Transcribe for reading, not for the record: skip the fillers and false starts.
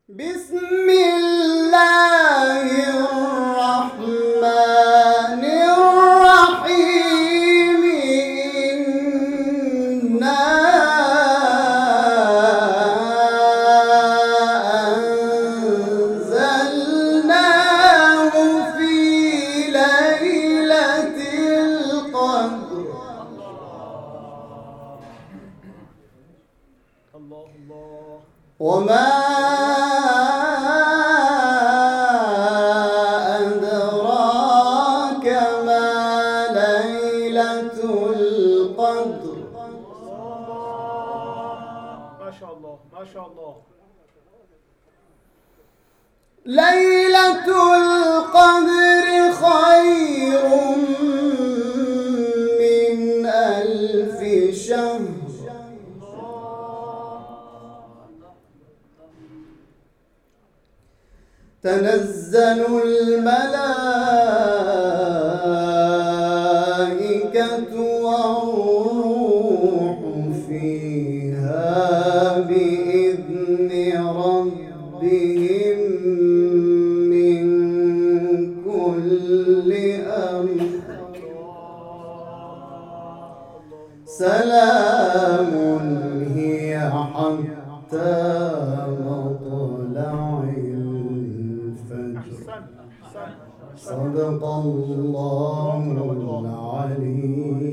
بسم الله الرحمن الرحيم إنا أنزلناه في ليلة القدر وما أدراك ما ليلة القدر. ما شاء الله ما شاء الله. ليلة القدر خير من 1000 شهر. تنزل الملائكة والروح فيها بإذن ربهم من كل أمر. سلام هي حتى مطلع الفجر. صدق الله العلي